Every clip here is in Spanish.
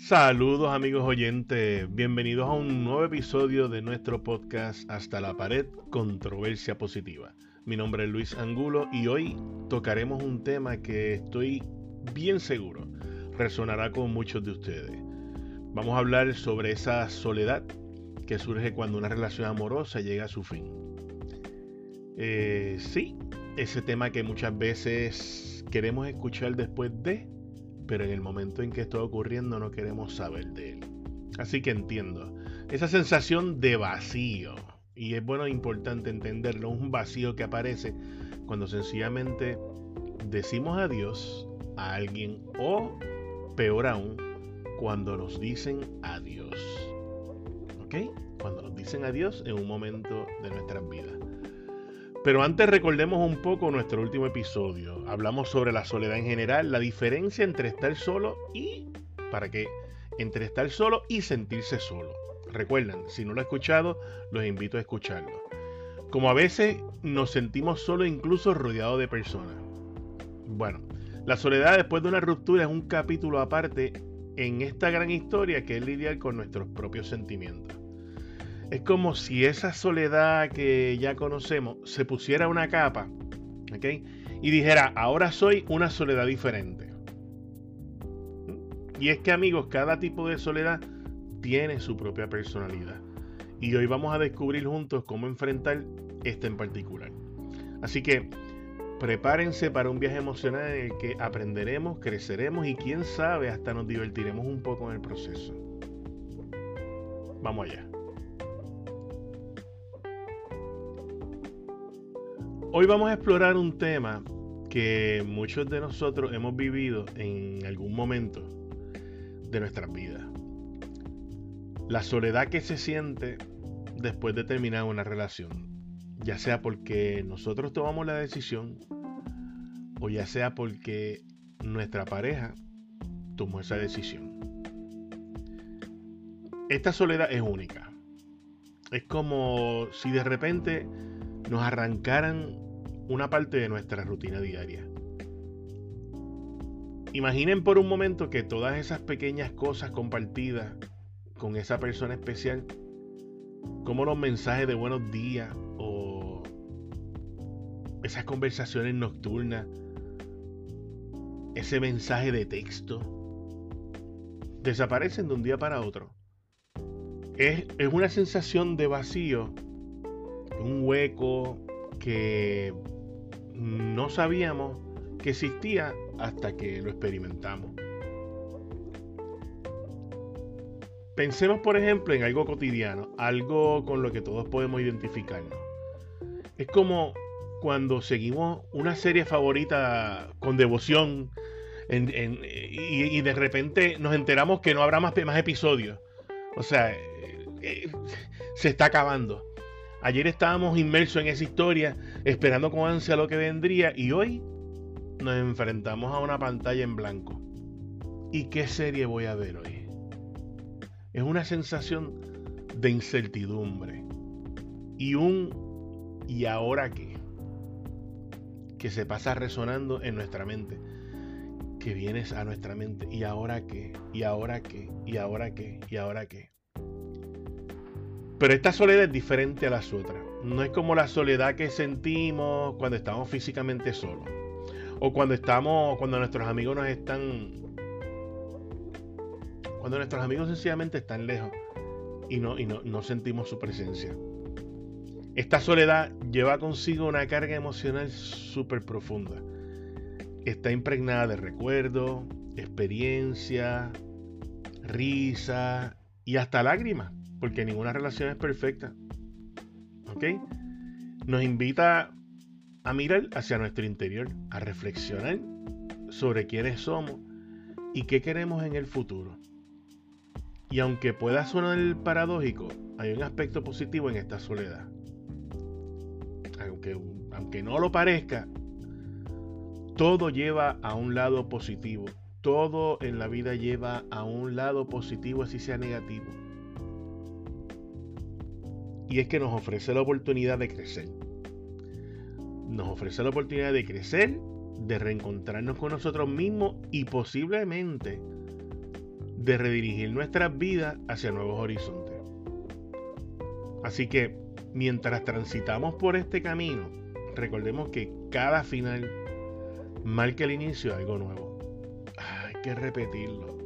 Saludos amigos oyentes, bienvenidos a un nuevo episodio de nuestro podcast Hasta la Pared, Controversia Positiva. Mi nombre es Luis Angulo y hoy tocaremos un tema que estoy bien seguro resonará con muchos de ustedes. Vamos a hablar sobre esa soledad que surge cuando una relación amorosa llega a su fin. Sí, ese tema que muchas veces queremos escuchar después de, pero en el momento en que está ocurriendo no queremos saber de él. Así que entiendo esa sensación de vacío, y es bueno e importante entenderlo, un vacío que aparece cuando sencillamente decimos adiós a alguien, o peor aún, cuando nos dicen adiós. ¿Ok? Cuando nos dicen adiós en un momento de nuestras vidas. Pero antes recordemos un poco nuestro último episodio. Hablamos sobre la soledad en general, la diferencia entre estar solo y entre estar solo y sentirse solo. Recuerden, si no lo he escuchado, los invito a escucharlo. Como a veces nos sentimos solos incluso rodeados de personas. Bueno, la soledad después de una ruptura es un capítulo aparte en esta gran historia que es lidiar con nuestros propios sentimientos. Es como si esa soledad que ya conocemos se pusiera una capa, ¿ok? Y dijera, ahora soy una soledad diferente. Y es que, amigos, cada tipo de soledad tiene su propia personalidad. Y hoy vamos a descubrir juntos cómo enfrentar esta en particular. Así que prepárense para un viaje emocional en el que aprenderemos, creceremos y quién sabe, hasta nos divertiremos un poco en el proceso. Vamos allá. Hoy vamos a explorar un tema que muchos de nosotros hemos vivido en algún momento de nuestras vidas. La soledad que se siente después de terminar una relación, ya sea porque nosotros tomamos la decisión o ya sea porque nuestra pareja tomó esa decisión. Esta soledad es única. Es como si de repente nos arrancaran una parte de nuestra rutina diaria. Imaginen por un momento que todas esas pequeñas cosas compartidas con esa persona especial, como los mensajes de buenos días o esas conversaciones nocturnas, ese mensaje de texto, desaparecen de un día para otro. Es una sensación de vacío, un hueco que no sabíamos que existía hasta que lo experimentamos. Pensemos, por ejemplo, en algo cotidiano, algo con lo que todos podemos identificarnos. Es como cuando seguimos una serie favorita con devoción y de repente nos enteramos que no habrá más episodios. O sea, se está acabando. Ayer estábamos inmersos en esa historia, esperando con ansia lo que vendría, y hoy nos enfrentamos a una pantalla en blanco. ¿Y qué serie voy a ver hoy? Es una sensación de incertidumbre y ¿y ahora qué? Que se pasa resonando en nuestra mente, que vienes a nuestra mente. ¿Y ahora qué? ¿Y ahora qué? ¿Y ahora qué? ¿Y ahora qué? Pero esta soledad es diferente a las otras. No es como la soledad que sentimos cuando estamos físicamente solos. O cuando nuestros amigos cuando nuestros amigos sencillamente están lejos y no sentimos su presencia. Esta soledad lleva consigo una carga emocional súper profunda. Está impregnada de recuerdos, experiencia, risa y hasta lágrimas. Porque ninguna relación es perfecta. ¿Ok? Nos invita a mirar hacia nuestro interior, a reflexionar sobre quiénes somos y qué queremos en el futuro. Y aunque pueda sonar paradójico, hay un aspecto positivo en esta soledad. Aunque no lo parezca, todo lleva a un lado positivo. Todo en la vida lleva a un lado positivo, así sea negativo. Y es que nos ofrece la oportunidad de crecer. Nos ofrece la oportunidad de crecer, de reencontrarnos con nosotros mismos y posiblemente de redirigir nuestras vidas hacia nuevos horizontes. Así que mientras transitamos por este camino, recordemos que cada final marca el inicio de algo nuevo. Hay que repetirlo.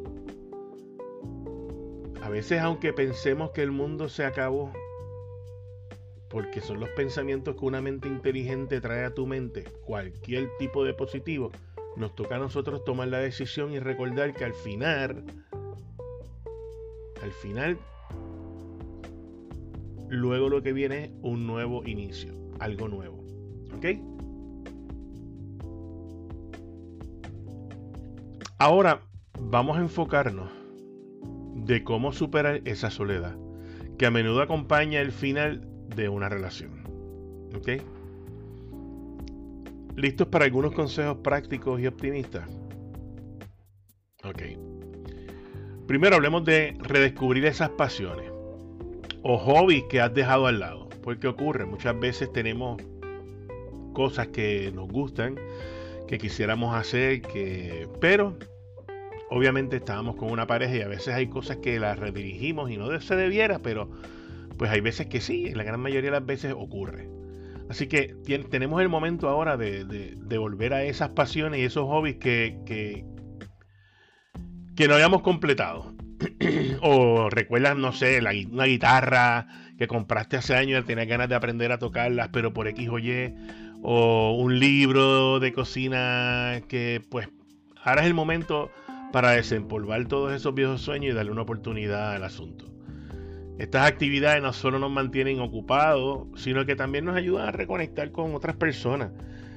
A veces, aunque pensemos que el mundo se acabó, porque son los pensamientos que una mente inteligente trae a tu mente, cualquier tipo de positivo, nos toca a nosotros tomar la decisión y recordar que al final, luego lo que viene es un nuevo inicio, algo nuevo. ¿Ok? Ahora vamos a enfocarnos de cómo superar esa soledad que a menudo acompaña el final de una relación. ¿Ok? ¿Listos para algunos consejos prácticos y optimistas? Ok. Primero hablemos de redescubrir esas pasiones o hobbies que has dejado al lado. Porque ocurre, muchas veces tenemos cosas que nos gustan, que quisiéramos hacer, pero obviamente estábamos con una pareja y a veces hay cosas que las redirigimos y no se debiera, pero pues hay veces que sí, en la gran mayoría de las veces ocurre. Así que tenemos el momento ahora de volver a esas pasiones y esos hobbies que no habíamos completado. O recuerdas, no sé, una guitarra que compraste hace años y tenías ganas de aprender a tocarlas, pero por X o Y. O un libro de cocina que pues ahora es el momento para desempolvar todos esos viejos sueños y darle una oportunidad al asunto. Estas actividades no solo nos mantienen ocupados, sino que también nos ayudan a reconectar con otras personas.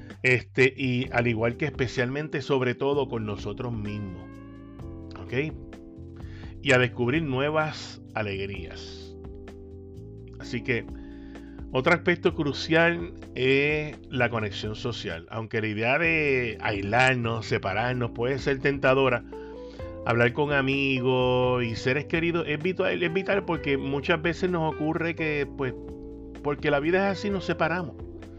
Y al igual que especialmente, sobre todo, con nosotros mismos. ¿Ok? Y a descubrir nuevas alegrías. Así que otro aspecto crucial es la conexión social. Aunque la idea de aislarnos, separarnos puede ser tentadora, hablar con amigos y seres queridos es vital porque muchas veces nos ocurre que, pues, porque la vida es así, nos separamos.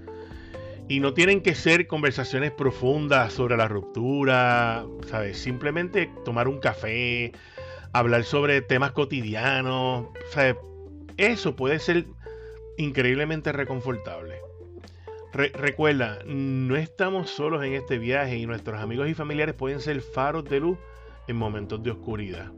Y no tienen que ser conversaciones profundas sobre la ruptura, ¿sabes? Simplemente tomar un café, hablar sobre temas cotidianos, ¿sabes? Eso puede ser increíblemente reconfortable. Recuerda, no estamos solos en este viaje y nuestros amigos y familiares pueden ser faros de luz en momentos de oscuridad.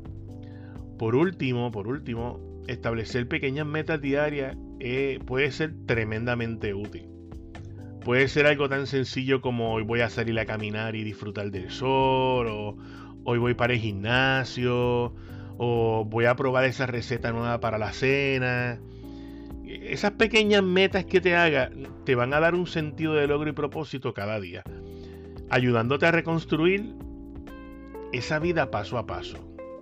Por último, establecer pequeñas metas diarias puede ser tremendamente útil. Puede ser algo tan sencillo como hoy voy a salir a caminar y disfrutar del sol, o hoy voy para el gimnasio, o voy a probar esa receta nueva para la cena. Esas pequeñas metas que te hagas te van a dar un sentido de logro y propósito cada día, ayudándote a reconstruir esa vida paso a paso.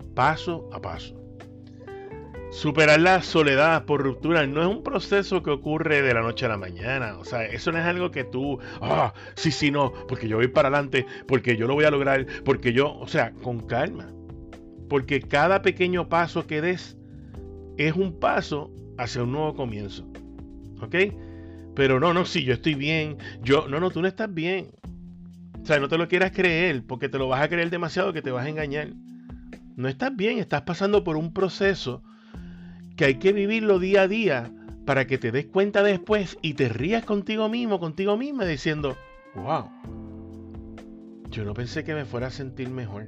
Superar la soledad por ruptura no es un proceso que ocurre de la noche a la mañana. O sea, eso no es algo que tú, no, porque yo voy para adelante, porque yo lo voy a lograr, o sea, con calma. Porque cada pequeño paso que des es un paso hacia un nuevo comienzo. ¿Ok? Pero si yo estoy bien, tú no estás bien. O sea, no te lo quieras creer, porque te lo vas a creer demasiado que te vas a engañar. No estás bien, estás pasando por un proceso que hay que vivirlo día a día para que te des cuenta después y te rías contigo mismo, contigo misma, diciendo, wow, yo no pensé que me fuera a sentir mejor.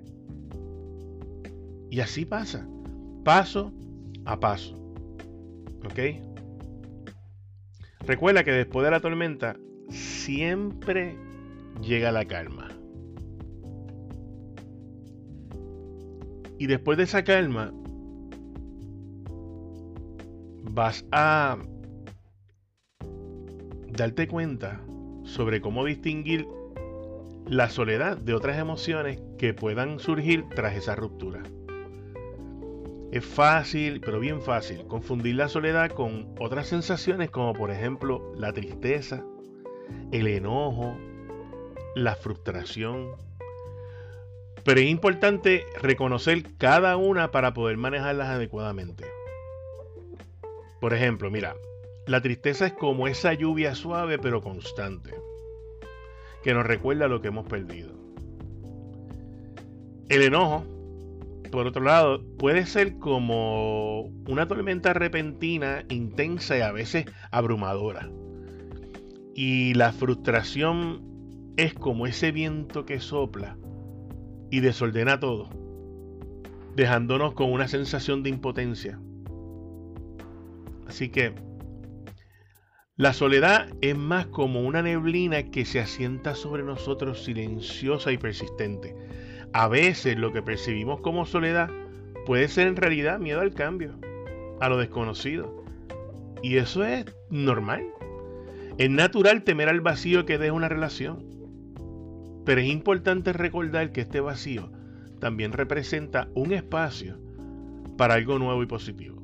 Y así pasa, paso a paso. ¿Ok? Recuerda que después de la tormenta siempre llega la calma. Y después de esa calma vas a darte cuenta sobre cómo distinguir la soledad de otras emociones que puedan surgir tras esa ruptura. Es fácil, pero bien fácil, confundir la soledad con otras sensaciones como por ejemplo la tristeza, el enojo, la frustración. Pero es importante reconocer cada una para poder manejarlas adecuadamente. Por ejemplo, mira, la tristeza es como esa lluvia suave pero constante, que nos recuerda lo que hemos perdido. El enojo por otro lado, puede ser como una tormenta repentina, intensa y a veces abrumadora. Y la frustración es como ese viento que sopla y desordena todo, dejándonos con una sensación de impotencia. Así que la soledad es más como una neblina que se asienta sobre nosotros, silenciosa y persistente. A veces lo que percibimos como soledad puede ser en realidad miedo al cambio, a lo desconocido. Y eso es normal. Es natural temer al vacío que deja una relación. Pero es importante recordar que este vacío también representa un espacio para algo nuevo y positivo.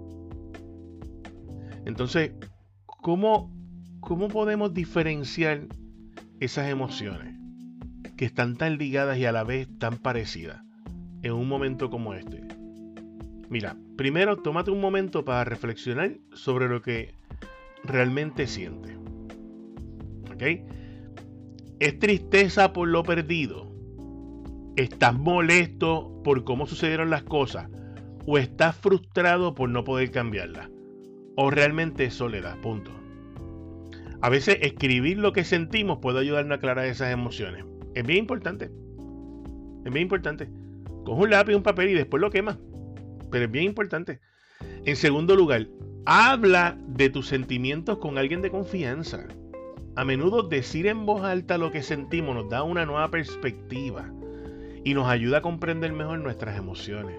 Entonces, ¿cómo podemos diferenciar esas emociones que están tan ligadas y a la vez tan parecidas en un momento como este? Mira, primero tómate un momento para reflexionar sobre lo que realmente sientes. ¿Ok? ¿Es tristeza por lo perdido? ¿Estás molesto por cómo sucedieron las cosas? ¿O estás frustrado por no poder cambiarlas? ¿O realmente es soledad? Punto. A veces escribir lo que sentimos puede ayudarnos a aclarar esas emociones. Es bien importante. Es bien importante. Coge un lápiz y un papel y después lo quemas. Pero es bien importante. En segundo lugar, habla de tus sentimientos con alguien de confianza. A menudo decir en voz alta lo que sentimos nos da una nueva perspectiva y nos ayuda a comprender mejor nuestras emociones.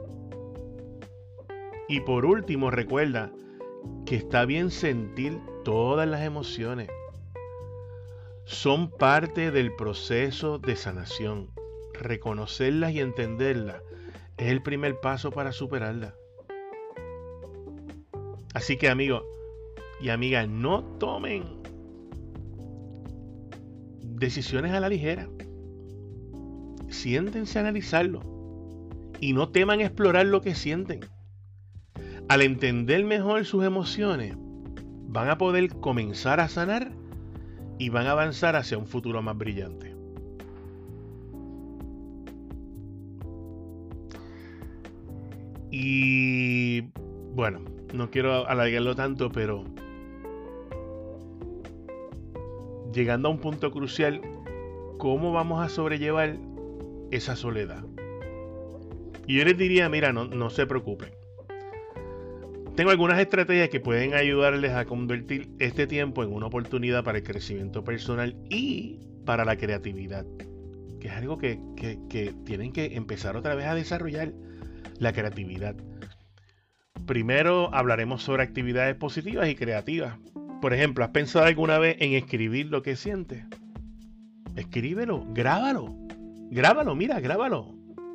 Y por último, recuerda que está bien sentir todas las emociones. Son parte del proceso de sanación. Reconocerlas y entenderlas es el primer paso para superarlas. Así que amigos y amigas, no tomen decisiones a la ligera. Siéntense a analizarlo y no teman explorar lo que sienten. Al entender mejor sus emociones, van a poder comenzar a sanar y van a avanzar hacia un futuro más brillante. Y bueno, no quiero alargarlo tanto, pero llegando a un punto crucial, ¿cómo vamos a sobrellevar esa soledad? Y yo les diría, mira, no se preocupen. Tengo algunas estrategias que pueden ayudarles a convertir este tiempo en una oportunidad para el crecimiento personal y para la creatividad, que es algo que tienen que empezar otra vez a desarrollar, la creatividad. Primero hablaremos sobre actividades positivas y creativas. Por ejemplo, ¿has pensado alguna vez en escribir lo que sientes? Escríbelo, grábalo, mira, grábalo.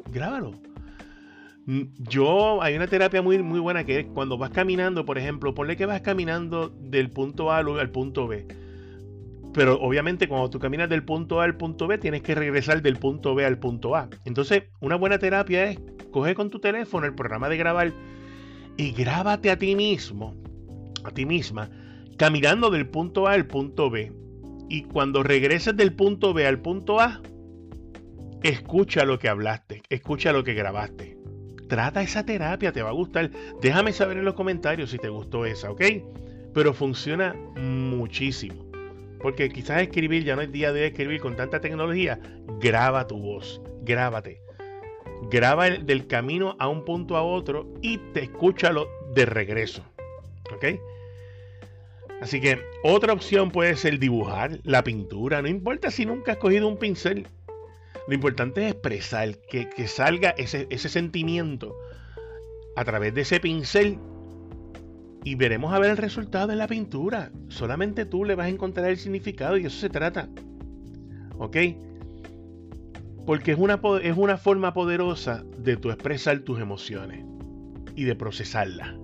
Hay una terapia muy buena que es cuando vas caminando, por ejemplo, ponle que vas caminando del punto A al punto B. Pero obviamente cuando tú caminas del punto A al punto B, tienes que regresar del punto B al punto A. Entonces, una buena terapia es coge con tu teléfono el programa de grabar y grábate a ti mismo, a ti misma, caminando del punto A al punto B. Y cuando regreses del punto B al punto A, escucha lo que hablaste, escucha lo que grabaste. Trata esa terapia, te va a gustar. Déjame saber en los comentarios si te gustó esa, ¿ok? Pero funciona muchísimo. Porque quizás escribir, ya no es día de escribir con tanta tecnología. Graba tu voz, grábate. Graba del camino a un punto a otro y te escúchalo de regreso, ¿ok? Así que otra opción puede ser dibujar, la pintura. No importa si nunca has cogido un pincel. Lo importante es expresar, que salga ese sentimiento a través de ese pincel y veremos a ver el resultado en la pintura. Solamente tú le vas a encontrar el significado y eso se trata. ¿Ok? Porque es una forma poderosa de tú expresar tus emociones y de procesarlas.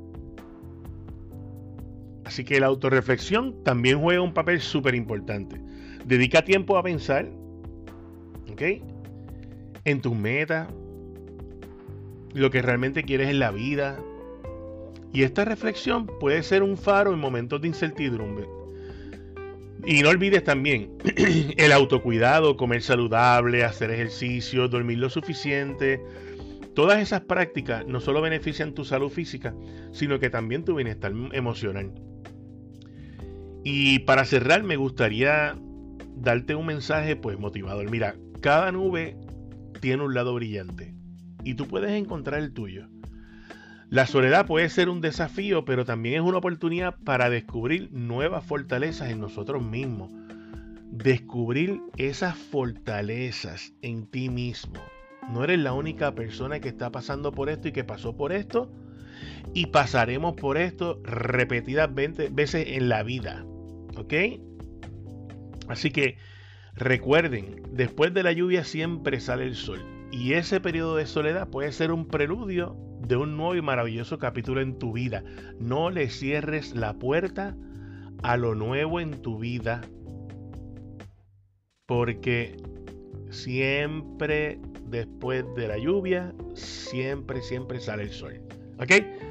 Así que la autorreflexión también juega un papel súper importante. Dedica tiempo a pensar, ¿ok?, en tus metas, lo que realmente quieres en la vida. Y esta reflexión puede ser un faro en momentos de incertidumbre. Y no olvides también el autocuidado, comer saludable, hacer ejercicio, dormir lo suficiente, Todas esas prácticas no solo benefician tu salud física, sino que también tu bienestar emocional. Y para cerrar, me gustaría darte un mensaje pues motivador. Mira, cada nube tiene un lado brillante y tú puedes encontrar el tuyo. La soledad puede ser un desafío, pero también es una oportunidad para descubrir nuevas fortalezas en nosotros mismos. Descubrir esas fortalezas en ti mismo. No eres la única persona que está pasando por esto y que pasó por esto y pasaremos por esto repetidas veces en la vida. ¿Ok? Así que recuerden, después de la lluvia siempre sale el sol. Y ese periodo de soledad puede ser un preludio de un nuevo y maravilloso capítulo en tu vida. No le cierres la puerta a lo nuevo en tu vida, porque siempre después de la lluvia, siempre sale el sol. ¿Ok?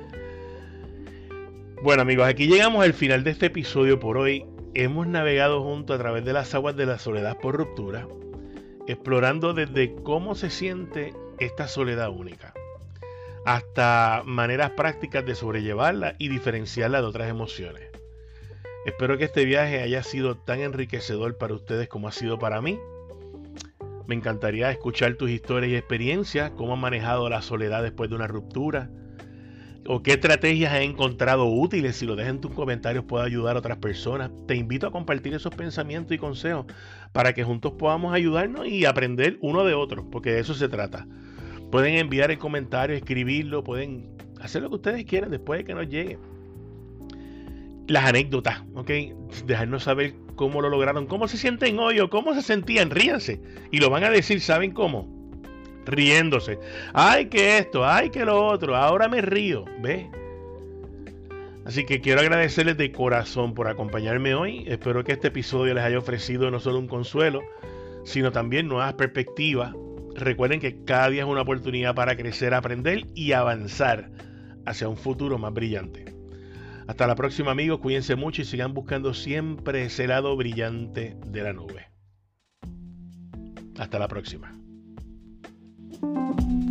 Bueno amigos, aquí llegamos al final de este episodio por hoy. Hemos navegado juntos a través de las aguas de la soledad por ruptura, explorando desde cómo se siente esta soledad única, hasta maneras prácticas de sobrellevarla y diferenciarla de otras emociones. Espero que este viaje haya sido tan enriquecedor para ustedes como ha sido para mí. Me encantaría escuchar tus historias y experiencias, cómo has manejado la soledad después de una ruptura, o qué estrategias has encontrado útiles. Si lo dejas en tus comentarios puede ayudar a otras personas. Te invito a compartir esos pensamientos y consejos para que juntos podamos ayudarnos y aprender uno de otro, porque de eso se trata. Pueden enviar el comentario, escribirlo, pueden hacer lo que ustedes quieran después de que nos llegue. Las anécdotas, ¿ok? Dejarnos saber cómo lo lograron, cómo se sienten hoy o cómo se sentían, ríanse. Y lo van a decir, ¿saben cómo? Riéndose. Ay, que esto, ay, que lo otro, ahora me río, ¿ves? Así que quiero agradecerles de corazón por acompañarme hoy. Espero que este episodio les haya ofrecido no solo un consuelo, sino también nuevas perspectivas. Recuerden que cada día es una oportunidad para crecer, aprender y avanzar hacia un futuro más brillante. Hasta la próxima amigos, cuídense mucho y sigan buscando siempre ese lado brillante de la nube. Hasta la próxima.